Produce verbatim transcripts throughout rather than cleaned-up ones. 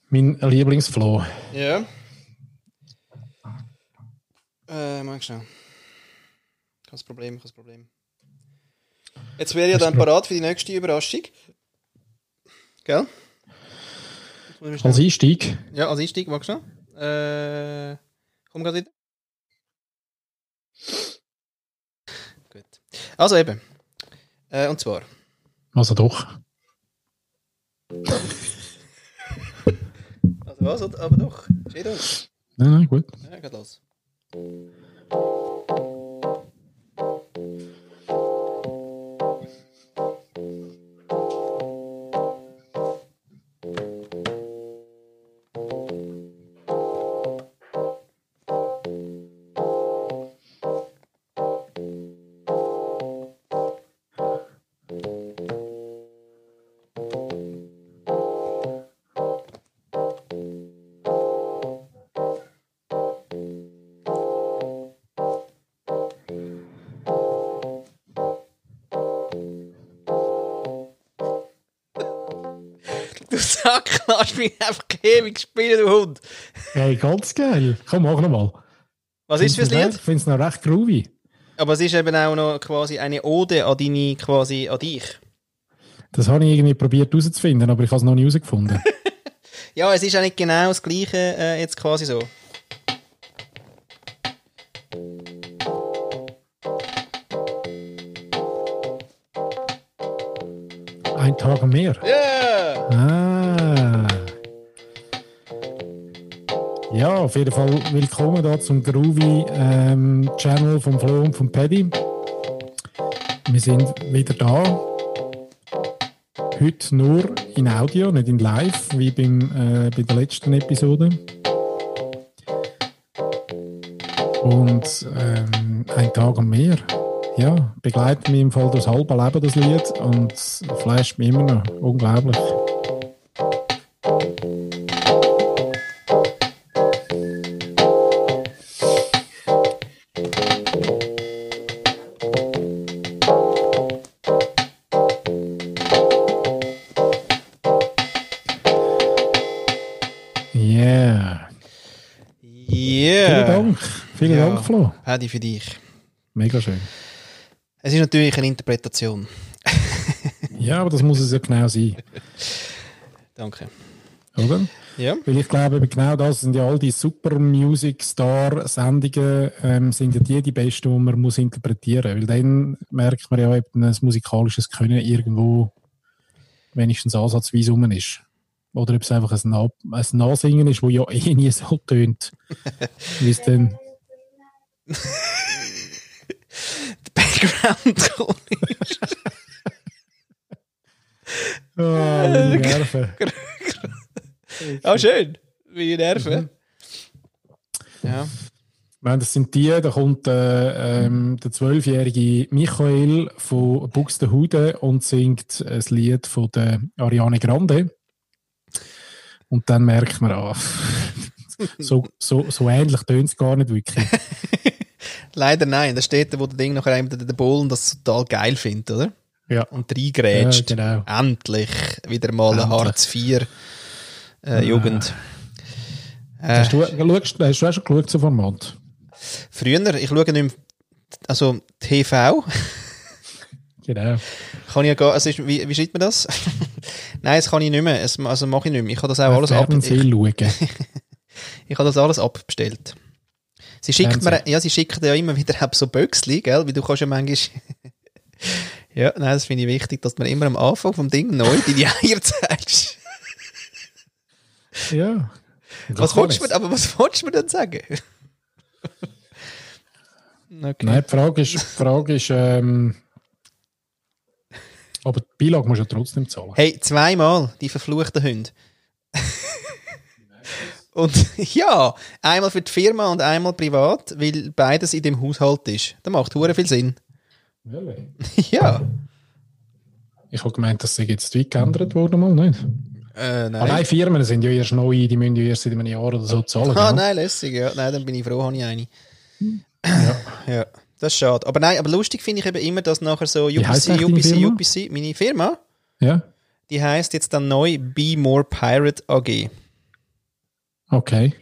Mein Lieblingsfloh. Ja. Äh, mal schnell. Kein Problem, kein Problem. Jetzt wäre ja dann parat für die nächste Überraschung. Gell? Als Einstieg? Ja, als Einstieg, magst du noch? Äh, komm gerade wieder. Gut. Also eben. Äh, und zwar. Also doch. Also was, aber doch. Steht aus. Nein, nein, gut. Ja, geht los. Du Sack, lass mich einfach ewig spielen, du Hund. Hey, ganz geil. Komm, mach nochmal. Was ist fürs Lied? Ich finde es noch recht groovy. Aber es ist eben auch noch quasi eine Ode an deine, quasi an dich. Das habe ich irgendwie probiert herauszufinden, aber ich habe es noch nie herausgefunden. Ja, es ist auch nicht genau das Gleiche äh, jetzt quasi so. Ein Tag mehr. Ja! Yeah. Ah. Ja, auf jeden Fall willkommen da zum Groovy ähm, Channel vom Flo und vom Paddy. Wir sind wieder da. Heute nur in Audio, nicht in Live, wie beim, äh, bei der letzten Episode. Und ähm, ein Tag am Meer. Ja, begleitet mich im Fall das halbe Leben, das Lied, und flasht mich immer noch. Unglaublich. Yeah. Yeah. Vielen Dank. Vielen Ja. Dank, Flo. Paddy, für dich. Mega schön. Es ist natürlich eine Interpretation. Ja, aber das muss es ja genau sein. Danke. Oder? Ja. Weil ich glaube, genau das sind ja all die Super Music Star Sendungen, ähm, sind ja die die besten, die man muss interpretieren. Weil dann merkt man ja, ob ein musikalisches Können irgendwo wenigstens ansatzweise rum ist. Oder ob es einfach ein, Na- ein Nachsingen ist, wo ja eh nie so tönt. Wie es dann... Background ist. Oh, meine Nerven. Ah, schön. Wie Nerven. Mhm. Ja. Ich meine, das sind die, da kommt äh, ähm, der zwölfjährige Michael von Buxtehude und singt ein Lied von der Ariane Grande. Und dann merkt man, ah, so, so, so ähnlich tönt es gar nicht wirklich. Leider nein. Da steht, wo der Ding nachher eben der Bohlen das total geil findet, oder? Ja. Und reingrätscht. Ja, genau. Endlich wieder mal eine Endlich. Hartz vier äh, Jugend. Äh, Hast, du, schaust, hast du auch schon geschaut, so Format? früher, ich schaue nicht mehr, also T V. Genau. Kann ich ja gar, also ist, wie, wie schreibt man das? Nein, das kann ich nicht mehr. Es, also mache ich nicht mehr. Ich habe das auch alles ab. Ich, schauen. ich habe das alles abbestellt. Sie schickt mir, ja, sie schickt ja immer wieder so Böckchen, gell? Wie du kannst ja manchmal. Ja, nein, das finde ich wichtig, dass man immer am Anfang vom Ding neu die Eier zeigst. Ja. Was wolltest du mir, aber was wolltest du mir denn sagen? Okay. Nein, die Frage ist, die Frage ist ähm, aber die Beilage musst du ja trotzdem zahlen. Hey, zweimal, die verfluchten Hunde. Und ja, einmal für die Firma und einmal privat, weil beides in dem Haushalt ist. Das macht hure viel Sinn. Really? Ja. Ich habe gemeint, das sei jetzt weit geändert worden, mal nicht? Äh, nein. Ah, nein, Firmen sind ja erst neu, die müssen ja erst seit einem Jahr oder so zahlen. Ah, ja? nein, lässig, ja. Nein, dann bin ich froh, habe ich eine. Ja. Ja, das ist schade. Aber nein, aber lustig finde ich eben immer, dass nachher so U Wie P heisst C, eigentlich U P C, deine Firma? U P C, meine Firma, Ja? die heisst jetzt dann neu Be More Pirate A G. Okay.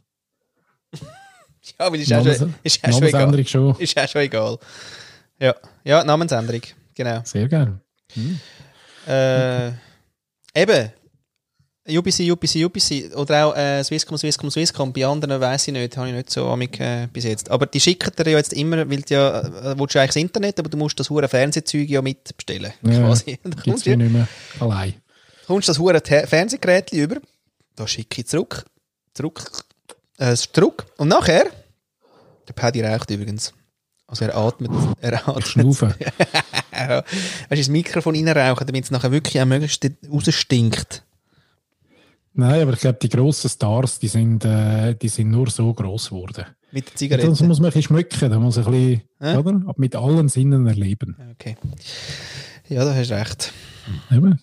Ja, aber ist auch schon, ist auch schon egal. Schon. Ist auch schon egal. Ja, ja, Namensänderung, genau. Sehr gerne. Hm. Äh, eben, U B C, U B C, U B C oder auch äh, Swisscom, Swisscom, Swisscom. Bei anderen weiss ich nicht, habe ich nicht so amig äh, bis jetzt. Aber die schicken dir ja jetzt immer, weil du ja, äh, willst du eigentlich das Internet, aber du musst das hure Fernsehzeug ja mitbestellen. Ja, quasi. Gibt's mir nicht mehr allein. Du kommst das hure Fernsehgerät über, da schicke ich zurück, zurück, äh, zurück. Und nachher, der Paddy raucht übrigens. Also er atmet, er atmet. Schnaufen. Weißt du, das Mikrofon reinrauchen, damit es nachher wirklich am möglichst rausstinkt. Nein, aber ich glaube, die grossen Stars, die sind, äh, die sind nur so gross geworden. Mit der Zigarette? Da muss man ein bisschen schmecken, da muss man ein bisschen, äh? oder? Aber mit allen Sinnen erleben. Okay. Ja, da hast du recht. Eben.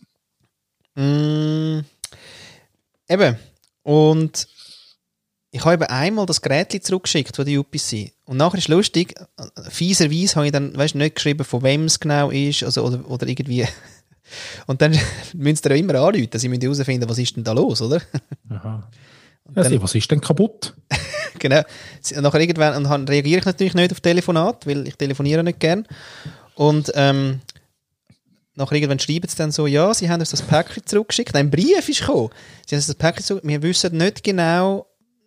Mm, eben. Und ich habe eben einmal das Gerät zurückgeschickt von der U P C. Und nachher ist es lustig, fieserweise habe ich dann, weißt, nicht geschrieben, von wem es genau ist, also, oder, oder irgendwie. Und dann müssen sie da immer anrufen, sie müssen herausfinden, was ist denn da los, oder? Aha. Ja, dann, was ist denn kaputt? Genau. Und nachher irgendwann, und dann reagiere ich natürlich nicht auf Telefonat, weil ich telefoniere nicht gern. Und ähm, nachher irgendwann schreiben sie dann so, ja, sie haben uns das Päckchen zurückgeschickt. Ein Brief ist gekommen. Sie haben uns das Päckchen zurückgeschickt. Wir wissen nicht genau,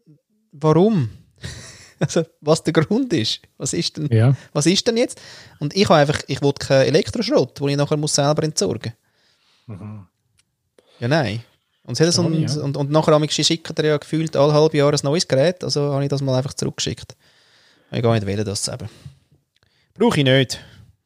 warum. Also, was der Grund ist. Was ist denn, ja. was ist denn jetzt? Und ich habe einfach, ich will keinen Elektroschrott, den ich nachher muss selber entsorgen muss. Mhm. Ja, nein. Und, so ein, ja. und, und nachher habe ich schickt er ja gefühlt alle halbe Jahre ein neues Gerät, also habe ich das mal einfach zurückgeschickt. Ich gar nicht wählen, das eben. Brauche ich nicht.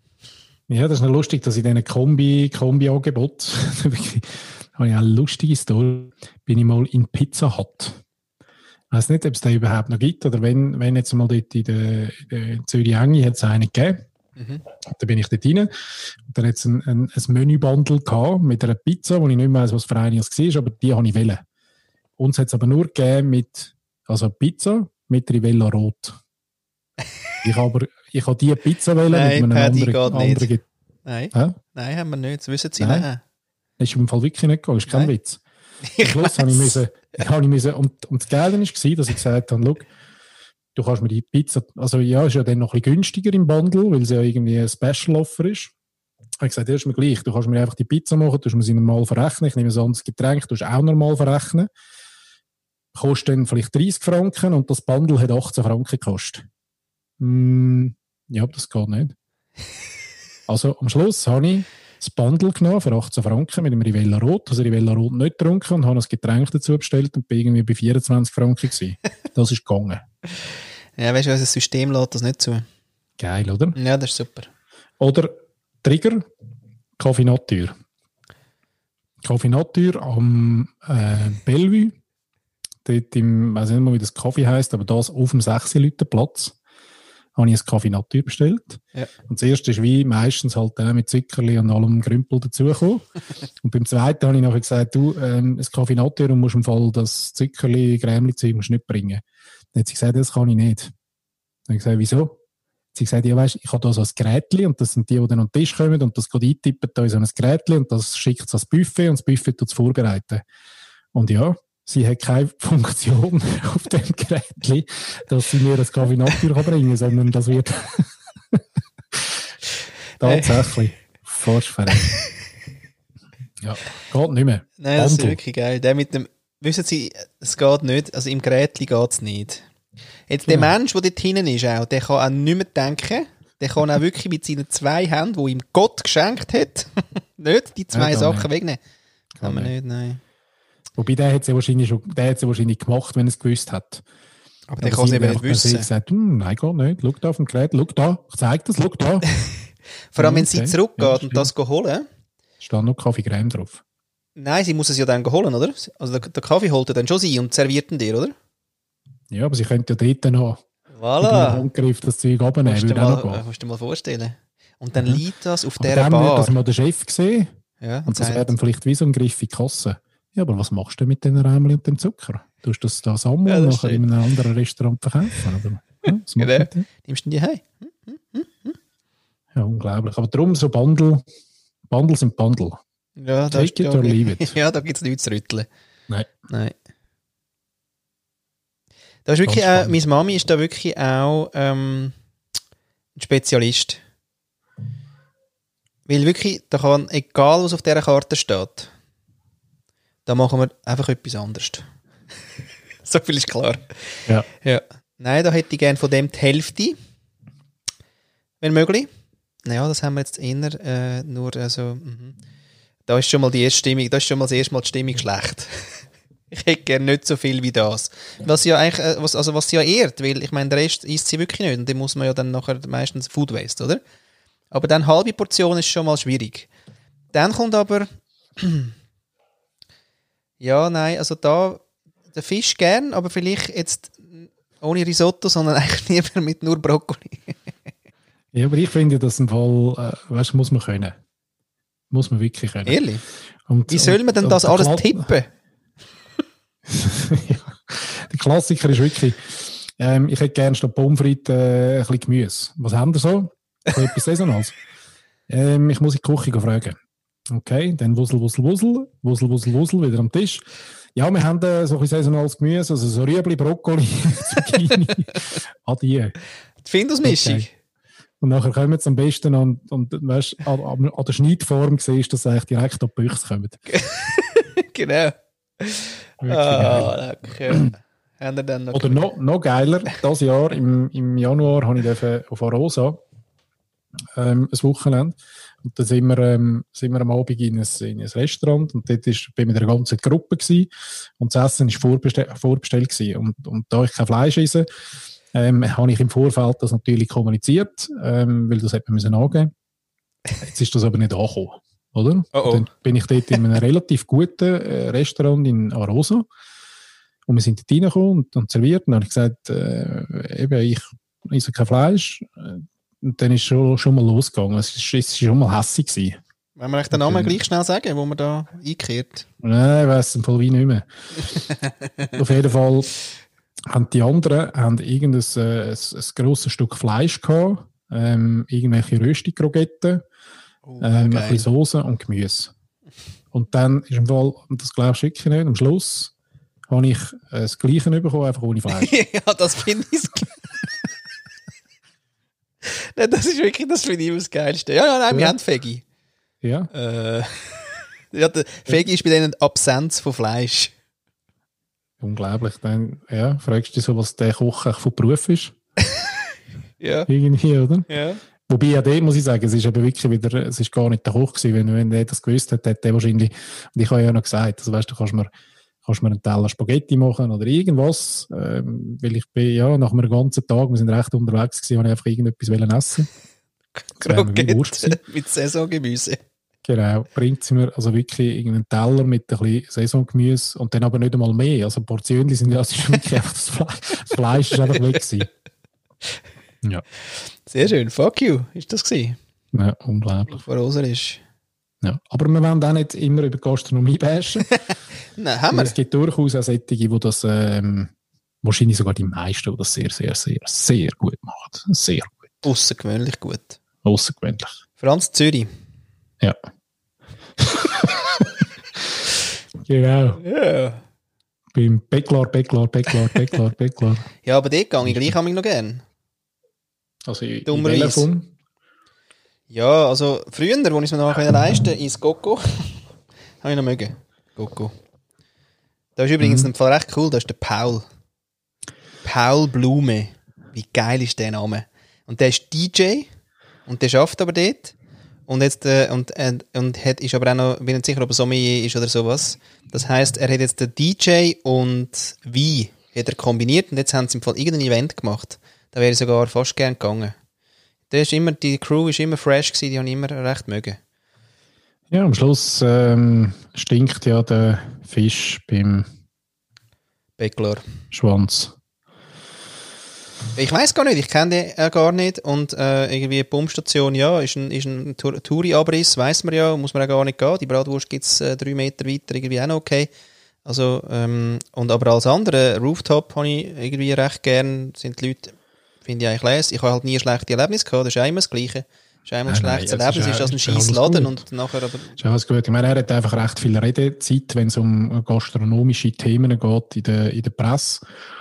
Ja, das ist noch lustig, dass ich diesen Kombi, Kombi-Angebot, habe ich eine lustige Story, bin ich mal in Pizza Hut. Ich weiss nicht, ob es den überhaupt noch gibt oder wenn, wenn jetzt mal dort in der, in der Zürich-Enge hat es einen gegeben. Mhm. Da bin ich dort rein. Und dann hat es ein, ein, ein Menü-Bundle gehabt mit einer Pizza, wo ich nicht mehr weiss, was für eine es war, aber die habe ich wählen. Uns hat es aber nur gegeben mit, also Pizza mit Rivella Rot. ich habe ich habe die Pizza wählen Nein, mit einem Paddy anderen, geht anderen nicht. Nein. Hä? Nein, haben wir nicht. Das wissen Sie Nein. nicht. Das ist im Fall wirklich nicht gegangen, das ist kein Nein. Witz. Am Schluss habe ich müssen, habe ich müssen, und, und das Geile war, dass ich gesagt habe, schau, du kannst mir die Pizza, also ja, ist ja dann noch ein bisschen günstiger im Bundle, weil es ja irgendwie ein Special-Offer ist. Ich habe gesagt, das ist mir gleich, du kannst mir einfach die Pizza machen, du musst mir sie normal verrechnen, ich nehme ein anderes Getränk, du musst auch normal verrechnen. Kostet dann vielleicht dreißig Franken und das Bundle hat achtzehn Franken gekostet. Mm, ja, das geht nicht. Also am Schluss habe ich das Bundle genommen für achtzehn Franken mit dem Rivella Rot, also Rivella Rot nicht getrunken und habe ein Getränk dazu bestellt und bin irgendwie bei vierundzwanzig Franken gewesen. Das ist gegangen. Ja, weißt du, unser System lässt das nicht zu. Geil, oder? Ja, das ist super. Oder Trigger, Kaffee Natur. Kaffee Natur am äh, Bellevue, dort im, ich weiß nicht mehr, wie das Kaffee heisst, aber das auf dem sechs-Leute-Platz. Habe ich ein Kaffee Natur bestellt. Ja. Und das erste ist wie meistens halt äh, mit Zuckerli und allem Grümpel dazugekommen. Und beim zweiten habe ich nachher gesagt, du, ähm, ein Kaffee Natur und musst im Fall das Zuckerli, Grämli-Zeug nicht bringen. Dann hat sie gesagt, das kann ich nicht. Dann habe ich gesagt, wieso? Sie hat gesagt, ja weisst, ich habe da so ein Gerätchen und das sind die, die dann an den Tisch kommen und das geht eintippen da in so ein Gerätchen und das schickt es ans Buffet und das Buffet tut es vorbereiten. Und ja, sie hat keine Funktion auf dem Gerätchen, dass sie mir das Kaffee Natur bringen kann, sondern das wird tatsächlich fast verrückt. Ja, geht nicht mehr. Nein, das ist wirklich geil. Der mit dem, wissen Sie, es geht nicht, also im Gerätchen geht es nicht. Jetzt genau. Der Mensch, der dort hinten ist, auch, der kann auch nicht mehr denken. Der kann auch wirklich mit seinen zwei Händen, die ihm Gott geschenkt hat, nicht die zwei ja, Sachen nicht. Wegnehmen. Kann man nicht, nein. Wobei, der hat es ja wahrscheinlich, schon, der hat's ja wahrscheinlich gemacht, wenn er es gewusst hat. Aber der kann es eben nicht wissen. Er hat gesagt, hm, nein, geht nicht. Schau da auf dem Gerät, schau da, ich zeige das, schau da. Vor allem, wenn sie okay. zurückgeht ja, und das holen. Steht noch Kaffee Creme drauf. Nein, sie muss es ja dann holen, oder? Also der, der Kaffee holt er dann schon sie und serviert ihn dir, oder? Ja, aber sie könnte ja dort noch voilà. mit dem Handgriff das Zeug abnehmen. Musst du mal, musst du mal vorstellen. Und dann mhm. liegt das auf aber dieser Bar. Dann wird das mal der Chef gesehen. Ja, und und das wäre dann vielleicht wie so ein Griff in die Kasse. Ja, aber was machst du mit den Rämchen und dem Zucker? Tust du das da sammeln ja, und nachher in einem anderen Restaurant verkaufen? Oder? Ja, was genau. Nimmst du die heim? Hm, hm, hm, hm. Ja, unglaublich. Aber darum so Bundle. Bundle sind Bundle. Ja, da Take it or leave it. Ja, da gibt es nichts zu rütteln. Nein. Nein. Da ist wirklich auch, meine Mami ist da wirklich auch ähm, ein Spezialist. Weil wirklich, da kann, egal was auf dieser Karte steht, da machen wir einfach etwas anderes. So viel ist klar. Ja. Ja. Nein, da hätte ich gerne von dem die Hälfte, wenn möglich. Naja, das haben wir jetzt eher äh, nur also, mhm. Da ist schon mal die erste Stimmung, da ist schon mal das erste Mal die Stimmung schlecht. Ich hätte gerne nicht so viel wie das. Was ja eigentlich, äh, was, also was sie ja ehrt, weil ich meine, der Rest isst sie wirklich nicht und den muss man ja dann nachher meistens Food Waste, oder? Aber dann halbe Portion ist schon mal schwierig. Dann kommt aber ja, nein, also da der Fisch gern, aber vielleicht jetzt ohne Risotto, sondern eigentlich lieber mit nur Brokkoli. Ja, aber ich finde, dass im Fall, äh, weißt du, muss man können. Muss man wirklich können. Ehrlich? Und, wie soll man denn das alles Kla- tippen? Ja, der Klassiker ist wirklich, ähm, ich hätte gerne statt Pommes frites äh, ein bisschen Gemüse. Was haben wir so? So etwas Saisonales. Ähm, ich muss in die Küche fragen. Okay, dann Wussel, Wussel, Wussel, Wussel, Wussel, Wussel, wieder am Tisch. Ja, wir haben äh, so ein saisonales Gemüse, also so Rüebli, Brokkoli, Zucchini, Adieu. Die Findusmischung. Okay. Und nachher kommen sie am besten an, und weißt, an, an, an der Schneidform siehst du, dass sie eigentlich direkt an die Büchse kommen. Genau. Ah, okay. Haben wir dann noch Oder noch, noch geiler, dieses Jahr, im, im Januar, habe ich auf Arosa ähm, ein Wochenende. Und dann sind wir, ähm, sind wir am Abend in ein, in ein Restaurant und dort ist, bin ich mit einer ganzen Gruppe gewesen, und das Essen war vorbestell, vorbestellt gewesen. Und, und da ich kein Fleisch esse, ähm, habe ich im Vorfeld das natürlich kommuniziert, ähm, weil das hätte man müssen angeben. Jetzt ist das aber nicht angekommen, oder? Oh oh. Dann bin ich dort in einem relativ guten äh, Restaurant in Arosa und wir sind dort reingekommen und, und serviert und dann habe ich gesagt, äh, eben, ich esse kein Fleisch. Und dann ist es schon, schon mal losgegangen. Es war schon mal hässig gewesen. Wollen wir euch den Namen gleich schnell sagen, wo man da einkehrt? Nein, ich weiss im Fall wie nicht mehr. Auf jeden Fall haben die anderen haben irgendein äh, ein, ein grosses Stück Fleisch gehabt, ähm, irgendwelche Rösti-Krogetten, Oh, ähm, geil. ein bisschen Soße und Gemüse. Und dann ist im Fall, und das glaubst du wirklich nicht, am Schluss habe ich äh, das Gleiche bekommen, einfach ohne Fleisch. Ja, das finde ich Nein, das ist wirklich, das finde ich immer das Geilste. Ja, ja, nein, Ja. wir haben Veggie. Ja, Äh, ja, der Veggie ist bei denen die Absenz von Fleisch. unglaublich. Dann ja, fragst du dich so, was der Koch eigentlich von Beruf ist. Ja, Irgendwie, oder? ja. Wobei, ja, der muss ich sagen, es ist eben wirklich wieder, es ist gar nicht der Koch gewesen. Wenn, wenn der das gewusst hat, hätte der wahrscheinlich, und ich habe ja noch gesagt, also weißt du, kannst mir, kannst mir einen Teller Spaghetti machen oder irgendwas, ähm, weil ich bin, ja, nach einem ganzen Tag, wir sind recht unterwegs gewesen, habe ich einfach irgendetwas wollen essen. Das wäre mir wie Wurst gewesen. Kroketten mit Saisongemüse. Genau, bringt sie mir also wirklich irgendeinen Teller mit ein bisschen Saisongemüse und dann aber nicht einmal mehr. Also Portionen sind ja, es ist wirklich einfach das Fleisch, das Fleisch ist einfach weg gewesen. Ja. Sehr schön. Fuck you, ist das gewesen? Ja, unglaublich. Vor Roser ist. Ja. Aber wir wollen auch nicht immer über Gastronomie bashen. Nein, haben Und wir. es gibt durchaus auch solche, die das, ähm, wahrscheinlich sogar die meisten, die das sehr, sehr, sehr, sehr gut machen. Sehr gut. Außergewöhnlich gut. Außergewöhnlich. Franz Zürich. Ja. Genau. Ja. Beim Bäcklar, Bäcklar, Bäcklar, Bäcklar, Bäcklar. Ja, aber dort gehe ich gleich noch gern. Also in, in Dummerweise. welcher Form? Ja, also früher, als ich es mir noch leisten konnte, ins Coco, habe ich noch mögen. Coco. Da ist übrigens Mhm. ein Fall recht cool, da ist der Paul. Paul Blume. Wie geil ist der Name? Und der ist D J und der arbeitet aber dort. Und jetzt, äh, und, äh, und hat, ist aber auch noch, bin nicht sicher, ob er Sommelier ist oder sowas. Das heisst, er hat jetzt den D J und Wein hat er kombiniert und jetzt haben sie im Fall irgendein Event gemacht. Da wäre ich sogar fast gern gegangen. Der ist immer, die Crew ist immer fresh gewesen, die haben immer recht mögen. Ja, am Schluss ähm, stinkt ja der Fisch beim Bäckler. Schwanz. Ich weiss gar nicht, ich kenne den äh, gar nicht und äh, irgendwie eine Pumpstation, ja, ist ein, ist ein Tour- Touri-Abriss, weiss man ja, muss man auch gar nicht gehen. Die Bratwurst gibt es äh, drei Meter weiter, irgendwie auch noch okay. Also, ähm, und aber als andere, Rooftop habe ich irgendwie recht gern, sind die Leute, finde ich eigentlich lässig. Ich habe halt nie ein schlechtes Erlebnis gehabt, das ist einmal das Gleiche. Das ist einmal ein Nein, schlechtes nein, Erlebnis, es ist ist das ein auch- scheiß ist alles Laden gut. und nachher aber... Ist alles gut. Ich meine, er hat einfach recht viel Redezeit, wenn es um gastronomische Themen geht in der, in der Presse.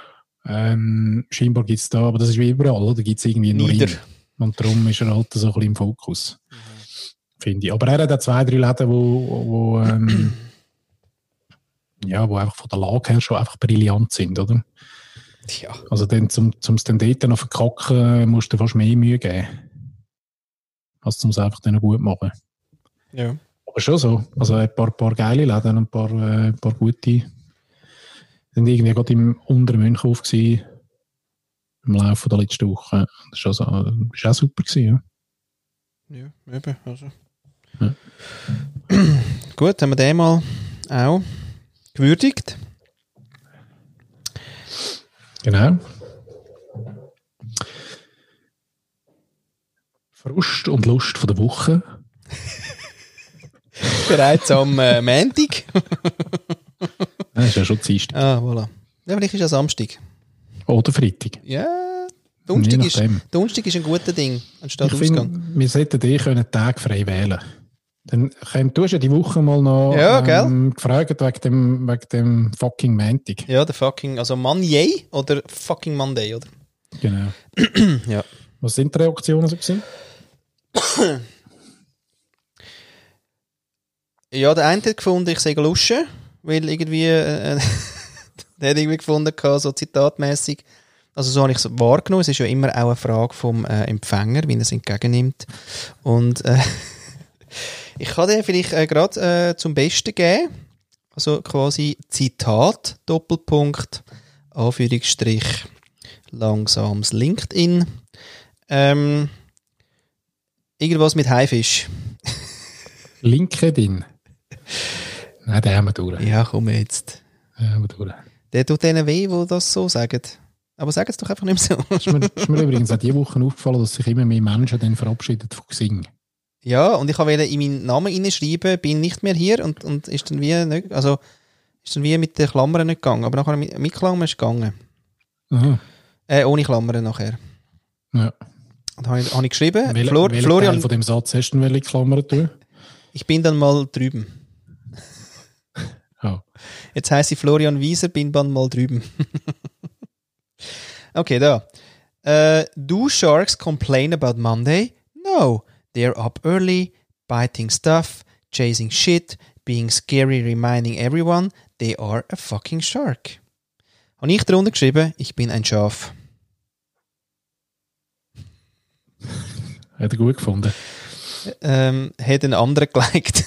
Ähm, scheinbar gibt es da, aber das ist wie überall, oder? Da gibt es irgendwie nur Nieder. ihn. Und darum ist er halt so ein bisschen im Fokus. Mhm. Finde ich. Aber er hat auch zwei, drei Läden, wo, wo, ähm, ja, wo einfach von der Lage her schon einfach brillant sind, oder? Ja. Also dann, zum es dann dort noch verkacken, musst du fast mehr Mühe geben. Als um es einfach dann gut machen. Ja. Aber schon so. Also ein paar, paar geile Läden und ein paar, äh, ein paar gute. Sind irgendwie gerade im unteren Münchhof gewesen, im Laufe der letzten Woche. Das war also, auch super gewesen, ja. Ja, eben. Also. Ja. Gut, haben wir den mal auch gewürdigt. Genau. Frust und Lust von der Woche. Bereits am äh, Montag. Das ist ja schon Dienstag. Ah, voilà. Ja, vielleicht ist ja Samstag. Oder Freitag. Ja, Donnerstag ist, Donnerstag ist ein guter Ding, anstatt ich Ausgang. Find, wir sollten eh einen Tag frei wählen. Dann, du hast ja die Woche mal noch ja, ähm, gefragt wegen dem, wegen dem fucking Montag. Ja, der fucking, also Monday oder fucking Monday, oder? Genau. Ja. Was sind die Reaktionen so gewesen? Ja, der eine hat gefunden, ich sei luschen, weil irgendwie, äh, der hat irgendwie gefunden, so zitatmässig. Also so habe ich es wahrgenommen. Es ist ja immer auch eine Frage vom äh, Empfänger, wie er es entgegennimmt. Und äh, ich kann dir vielleicht äh, gerade äh, zum Besten geben. Also quasi Zitat, Doppelpunkt, Anführungsstrich, langsames LinkedIn. Ähm, irgendwas mit Haifisch. LinkedIn? Nein, den haben wir durch. Ja, komm jetzt. Den haben wir durch. Der tut denen weh, die das so sagen. Aber sag es doch einfach nicht mehr so. ist, mir, ist mir übrigens auch diese Woche aufgefallen, dass sich immer mehr Menschen dann verabschieden von Xing. Ja, und ich wollte in meinen Namen reinschreiben, bin nicht mehr hier und, und ist dann wie nicht, also ist dann wie mit den Klammern nicht gegangen. Aber nachher mit, mit Klammern ist es gegangen. Aha. Äh, ohne Klammern nachher. Ja. Und habe ich, hab ich geschrieben. Wel, Flor, Florian, Teil von dem Satz hast du denn welche Klammern tun? Ich bin dann mal drüben. Oh. Jetzt heisst ich Florian Wieser, bin dann mal drüben. Okay, da. Uh, do sharks complain about Monday? No. They're up early, biting stuff, chasing shit, being scary, reminding everyone they are a fucking shark. Habe ich darunter geschrieben, ich bin ein Schaf. Hat er gut gefunden. Ähm, hat ein anderer geliked.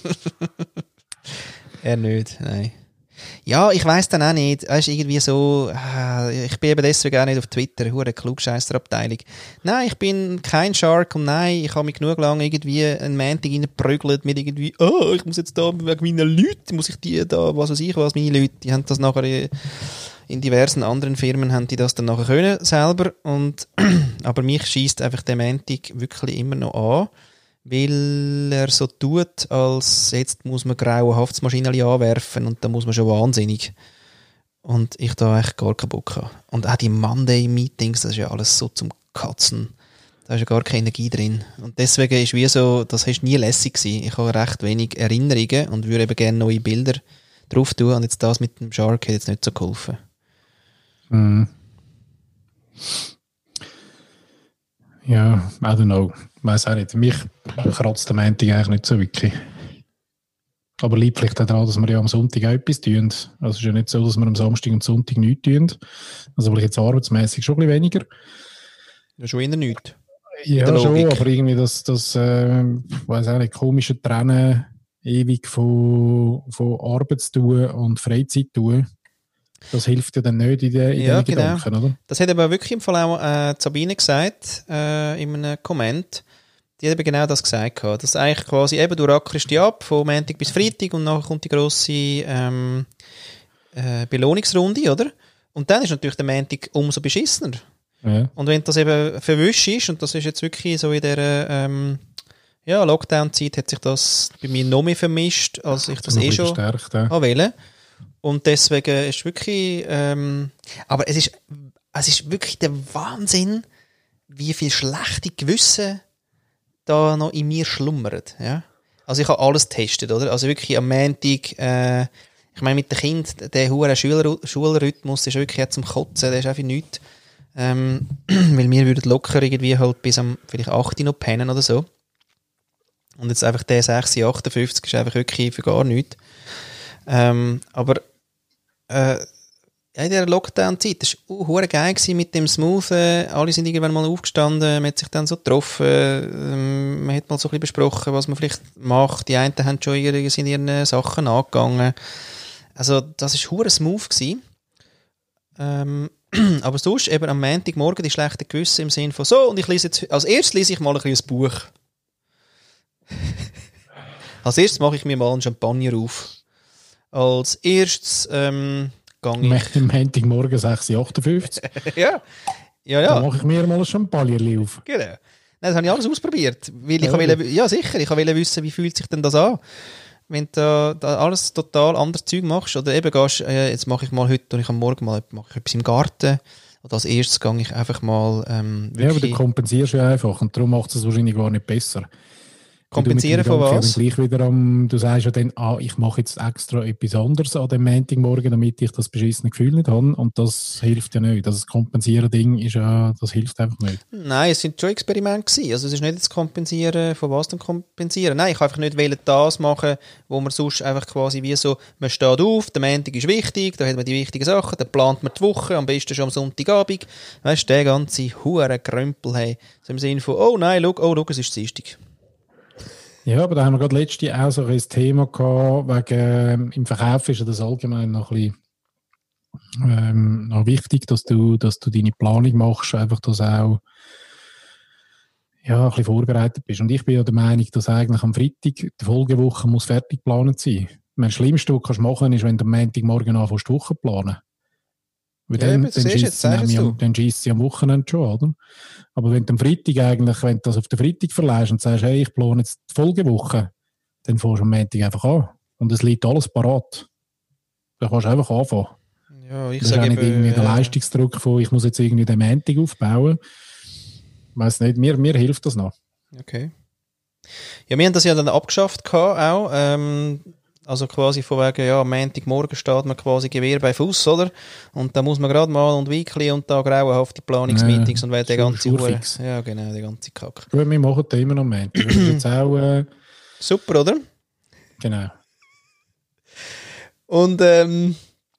Er nicht, nein. Ja, ich weiss dann auch nicht. Es ist irgendwie so, äh, ich bin eben deswegen auch nicht auf Twitter, hure Klugscheisser-Abteilung. Nein, ich bin kein Shark und nein, ich habe mich genug lange irgendwie einen Montag reingeprügelt mit irgendwie, oh, ich muss jetzt da wegen meiner Leute, muss ich die da, was weiß ich was, meine Leute, die haben das nachher in diversen anderen Firmen haben die das dann nachher können, selber. Und, aber mich scheisst einfach der Montag wirklich immer noch an, weil er so tut, als jetzt muss man graue Haftsmaschinen anwerfen und da muss man schon wahnsinnig. Und ich da echt gar keinen Bock habe. Und auch die Monday-Meetings, das ist ja alles so zum Katzen. Da ist ja gar keine Energie drin. Und deswegen ist wie so, das ist nie lässig gewesen. Ich habe recht wenig Erinnerungen und würde eben gerne neue Bilder drauf tun. Und jetzt das mit dem Shark hat jetzt nicht so geholfen. Mm. Ja, I don't know. Ich weiss auch nicht. Mich kratzt der Montag eigentlich nicht so wirklich. Aber liegt vielleicht auch daran, dass wir ja am Sonntag auch etwas tun. Also es ist ja nicht so, dass wir am Samstag und Sonntag nichts tun. Also vielleicht jetzt arbeitsmäßig schon ein bisschen weniger. Ja, schon eher nichts. Ja, schon, aber irgendwie das, das äh, ich weiss auch nicht, komische Trennen ewig von, von Arbeit zu tun und Freizeit zu tun. Das hilft ja dann nicht in den, in ja, den genau. Gedanken, oder? Das hat aber wirklich im Fall auch äh, Sabine gesagt, äh, in einem Comment. Die hat eben genau das gesagt. Dass eigentlich quasi eben, du rackerst die ab, von Montag bis Freitag und nachher kommt die grosse ähm, äh, Belohnungsrunde, oder? Und dann ist natürlich der Montag umso beschissener. Ja. Und wenn das eben verwischt ist, und das ist jetzt wirklich so in der ähm, ja, Lockdown-Zeit, hat sich das bei mir noch mehr vermischt, als ich das, das eh schon ja. wähle. Und deswegen ist wirklich, ähm, aber es ist, es ist wirklich der Wahnsinn, wie viel schlechte Gewissen da noch in mir schlummert. Ja? Also ich habe alles getestet, oder? Also wirklich am Montag, äh, ich meine, mit den Kindern, der hohe Schüler- Schulrhythmus ist wirklich jetzt zum Kotzen, der ist einfach nichts. Ähm, weil wir würden locker irgendwie halt bis am vielleicht acht Uhr noch pennen oder so. Und jetzt einfach der sechs Uhr achtundfünfzig ist einfach wirklich für gar nichts. Ähm, aber äh, in dieser Lockdown-Zeit, das war uh, geil mit dem Smoothen. Alle sind irgendwann mal aufgestanden, man hat sich dann so getroffen, ähm, man hat mal so ein bisschen besprochen, was man vielleicht macht. Die einen haben schon ihre, sind ihren Sachen angegangen. Also das war hure smooth gewesen. Ähm, aber sonst eben am Montagmorgen die schlechte Gewisse im Sinne von so, und ich lese jetzt, als erstes lese ich mal ein bisschen ein Buch. Als erstes mache ich mir mal einen Champagner auf. Als erstes ähm, gehe ich... Am Montagmorgen sechs Uhr achtundfünfzig. ja, ja, ja. Dann mache ich mir mal ein Champagner auf. Genau. Nein, das habe ich alles ausprobiert. Weil ich ja, wollte, ja, sicher, ich wollte wissen, wie fühlt sich denn das an? Wenn du da, da alles total anderes Zeug machst, oder eben gehst, äh, jetzt mache ich mal heute, und ich am Morgen mal mache ich etwas im Garten, oder als erstes gehe ich einfach mal ähm, wirklich... Ja, aber du kompensierst ja einfach, und darum macht es wahrscheinlich gar nicht besser. Kompensieren von was? Gleich wieder am, du sagst ja dann, ah, ich mache jetzt extra etwas anderes an dem Montagmorgen, damit ich das beschissene Gefühl nicht habe, und das hilft ja nicht. Das Kompensieren-Ding ist ja, das hilft einfach nicht. Nein, es sind schon Experimente gewesen. Also es ist nicht das Kompensieren, von was dann kompensieren. Nein, ich kann einfach nicht wollen, das machen, wo man sonst einfach quasi wie so, man steht auf, der Montag ist wichtig, da hat man die wichtigen Sachen, dann plant man die Woche, am besten schon am Sonntagabend. Weißt du, der ganze hure Krempel, hey. So im Sinne von, oh nein, schau, oh, schau, es ist Dienstag. Ja, aber da haben wir gerade letztes Jahr auch so ein Thema gehabt, wegen, ähm, im Verkauf ist ja das allgemein noch ein bisschen ähm, noch wichtig, dass du, dass du deine Planung machst, einfach, dass auch ja, ein bisschen vorbereitet bist. Und ich bin ja der Meinung, dass eigentlich am Freitag die Folgewoche muss fertig geplant sein. Das Schlimmste, was du machen kannst, ist, wenn du am Montagmorgen anfängst, die Woche zu planen. Weil ja, dann, dann, dann schießt sie am Wochenende schon, oder? Aber wenn du am Freitag eigentlich, wenn du das auf den Freitag verleihst und sagst, hey, ich plane jetzt die Folgewoche, dann fährst du am Montag einfach an. Und es liegt alles parat. Dann kannst du einfach anfangen. Ja, ich das sage ist auch nicht irgendwie äh, der Leistungsdruck von, ich muss jetzt irgendwie den Montag aufbauen. Ich weiss nicht, mir, mir hilft das noch. Okay. Ja, wir haben das ja dann abgeschafft gehabt, auch. Ähm, also quasi von wegen, ja, am Montagmorgen steht man quasi Gewehr bei Fuß, oder? Und da muss man gerade mal und weekly und da grauenhafte Planungsmeetings ja, und weil der ganze Uhr, ja, genau, der ganze Kack. Gut, wir machen das immer noch am Montag. Das ist jetzt auch, äh, super, oder? Genau. Und ähm,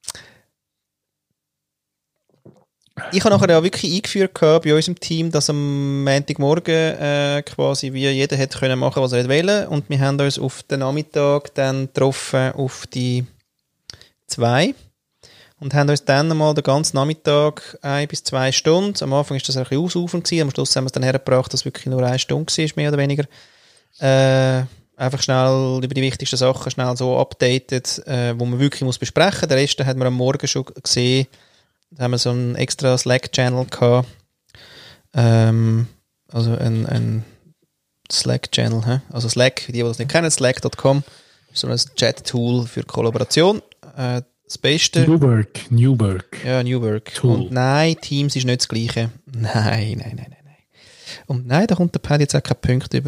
ich habe nachher ja wirklich eingeführt gehabt bei unserem Team, dass am Montagmorgen äh, quasi wie jeder hätte können machen, was er wollte. Und wir haben uns auf den Nachmittag dann getroffen auf die zwei und haben uns dann einmal den ganzen Nachmittag ein bis zwei Stunden, am Anfang ist das ein bisschen ausufernd gewesen, am Schluss haben wir es dann hergebracht, dass es wirklich nur eine Stunde war, mehr oder weniger, äh, einfach schnell über die wichtigsten Sachen schnell so updated, äh, wo man wirklich muss besprechen. Der Rest hat man am Morgen schon gesehen. Da haben wir so einen extra Slack-Channel gehabt. Ähm, also ein, ein Slack-Channel. He? Also Slack, die, die das nicht kennen, slack Punkt com. So ein Chat-Tool für Kollaboration. Äh, das Beste. New Work. New Work. Ja, New Work. Tool. Und nein, Teams ist nicht das Gleiche. Nein, nein, nein, nein. nein. Und nein, da kommt der Pad jetzt auch keinen Punkt über.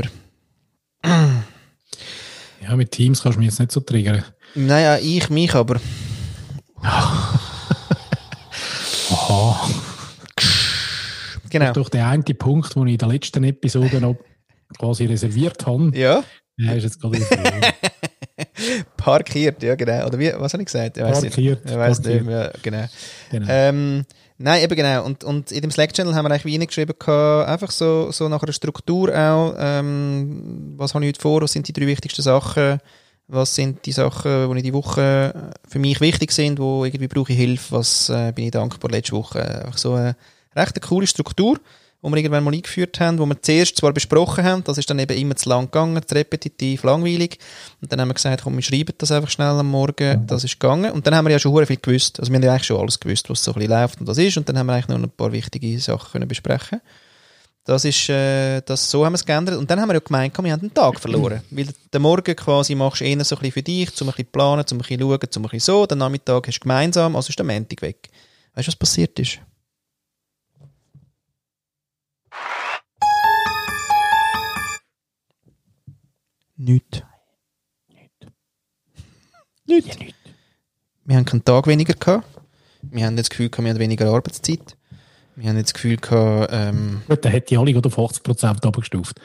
Ja, mit Teams kannst du mich jetzt nicht so triggern. Naja, ich mich aber. Aha. Genau. Das ist doch der eine Punkt, den ich in der letzten Episode noch quasi reserviert habe. Ja. Der ist jetzt gerade wieder parkiert, ja genau. Oder wie, was habe ich gesagt? Ich weiss parkiert. Nicht. Ich weiss parkiert. nicht, ja, genau. genau. Ähm, nein, eben genau. Und, und in dem Slack-Channel haben wir eigentlich wie reingeschrieben, einfach so, so nach einer Struktur auch, ähm, was habe ich heute vor, was sind die drei wichtigsten Sachen, was sind die Sachen, die in die Woche für mich wichtig sind, wo irgendwie brauche ich Hilfe, was äh, bin ich dankbar letzte Woche. Einfach so eine recht eine coole Struktur, die wir irgendwann mal eingeführt haben, wo wir zuerst zwar besprochen haben, das ist dann eben immer zu lang gegangen, zu repetitiv, langweilig. Und dann haben wir gesagt, komm, wir schreiben das einfach schnell am Morgen, das ist gegangen. Und dann haben wir ja schon sehr viel gewusst. Also wir haben ja eigentlich schon alles gewusst, was so ein bisschen läuft und das ist. Und dann haben wir eigentlich noch ein paar wichtige Sachen können besprechen. Das ist, äh, das, so haben wir es geändert. Und dann haben wir ja gemeint, wir haben einen Tag verloren. Weil den Morgen quasi machst du eher so ein bisschen für dich, um ein bisschen planen, um ein bisschen schauen, um ein bisschen so. Den Nachmittag hast du gemeinsam, also ist der Montag weg. Weißt du, was passiert ist? Nichts. Nichts. Nichts. Ja, nichts. wir haben keinen Tag weniger gehabt. Wir haben das Gefühl gehabt, wir haben weniger Arbeitszeit. Wir haben jetzt das Gefühl gehabt, ähm... Gut, dann hätte ich alle auf achtzig Prozent abgestuft.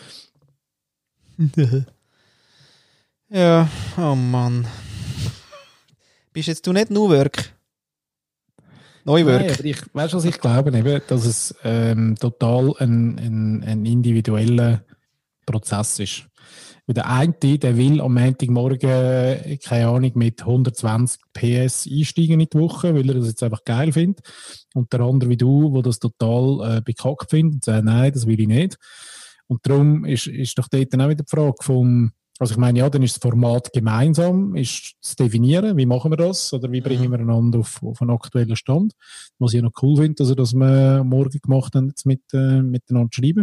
Ja, oh Mann. Bist jetzt du nicht nur Work? Neuwork? Nein, aber ich, weißt du, was ich glaube? Eben, dass es ähm, total ein, ein, ein individueller Prozess ist. Weil der eine, der will am Montagmorgen, keine Ahnung, mit hundertzwanzig P S einsteigen in die Woche, weil er das jetzt einfach geil findet. Und der andere wie du, der das total äh, bekackt findet und sagt, nein, das will ich nicht. Und darum ist, ist doch dort dann auch wieder die Frage vom, also ich meine, ja, dann ist das Format gemeinsam, ist zu definieren, wie machen wir das oder wie bringen wir einander auf, auf einen aktuellen Stand. Was ich noch cool finde, dass wir das morgen gemacht haben, jetzt mit, äh, miteinander schreiben.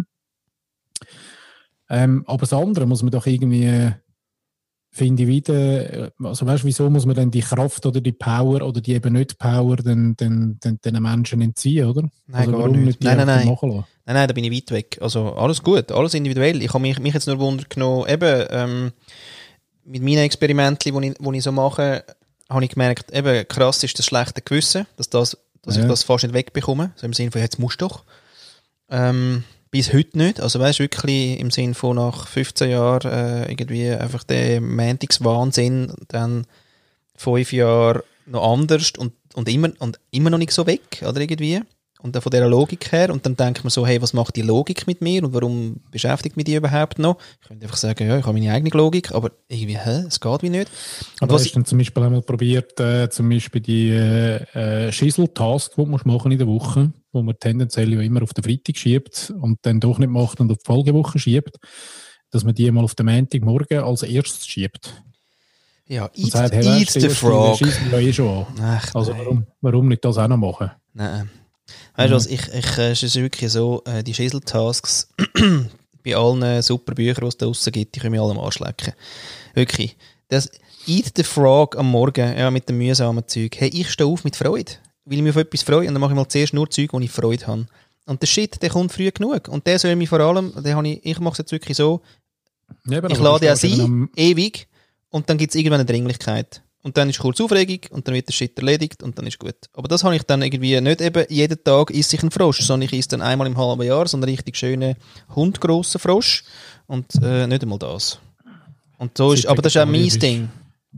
Ähm, aber das andere muss man doch irgendwie, finde ich wieder, also weißt du, wieso muss man denn die Kraft oder die Power oder die eben nicht Power den, den, den, den Menschen entziehen, oder? Nein, also gar warum nicht. nicht die nein, nein, nein. Machen lassen? Nein, nein, da bin ich weit weg. Also alles gut, alles individuell. Ich habe mich, mich jetzt nur Wunder genommen, eben ähm, mit meinen Experimenten, die ich, ich so mache, habe ich gemerkt, eben krass ist das schlechte Gewissen, dass, das, dass ja. ich das fast nicht wegbekomme. So im Sinne von, jetzt musst du doch. Ähm, bis heute nicht. Also weißt du, wirklich im Sinne von nach fünfzehn Jahren äh, irgendwie einfach der Montagswahnsinn, dann fünf Jahre noch anders und, und, immer, und immer noch nicht so weg, oder irgendwie. Und dann von dieser Logik her. Und dann denkt man so, hey, was macht die Logik mit mir und warum beschäftigt mich die überhaupt noch? Ich könnte einfach sagen, ja, ich habe meine eigene Logik, aber irgendwie, hä, es geht wie nicht. Und aber was hast du dann zum Beispiel einmal probiert, äh, zum Beispiel die äh, Schissel-Task, die du machen in der Woche, wo man tendenziell ja immer auf den Freitag schiebt und dann doch nicht macht und auf die Folgewoche schiebt, dass man die mal auf den Montagmorgen als erstes schiebt. Ja, eat, sagt, hey, eat the frog. Ja eh schon. Ach, also warum, warum nicht das auch noch machen? Nein. Weißt du was, ich, ich, es ist wirklich so, äh, die Schissel-Tasks bei allen super Büchern, die es da draussen gibt, die können wir alle am Arsch lecken. Wirklich. Das Eat the Frog am Morgen, ja, mit dem mühsamen Zeug. Hey, ich stehe auf mit Freude. Weil ich mich auf etwas freue und dann mache ich mal zuerst nur Zeug, wo ich Freude habe. Und der Shit, der kommt früh genug. Und der soll mich vor allem, den habe ich, ich mache es jetzt wirklich so, ja, ich lade ja sie am... ewig und dann gibt es irgendwann eine Dringlichkeit. Und dann ist kurz Aufregung und dann wird der Shit erledigt und dann ist gut. Aber das habe ich dann irgendwie nicht eben jeden Tag isst sich ein Frosch, sondern ich esse dann einmal im halben Jahr so einen richtig schönen, hundgrossen Frosch und äh, nicht einmal das. Und so ist, aber das ist auch mein Ding.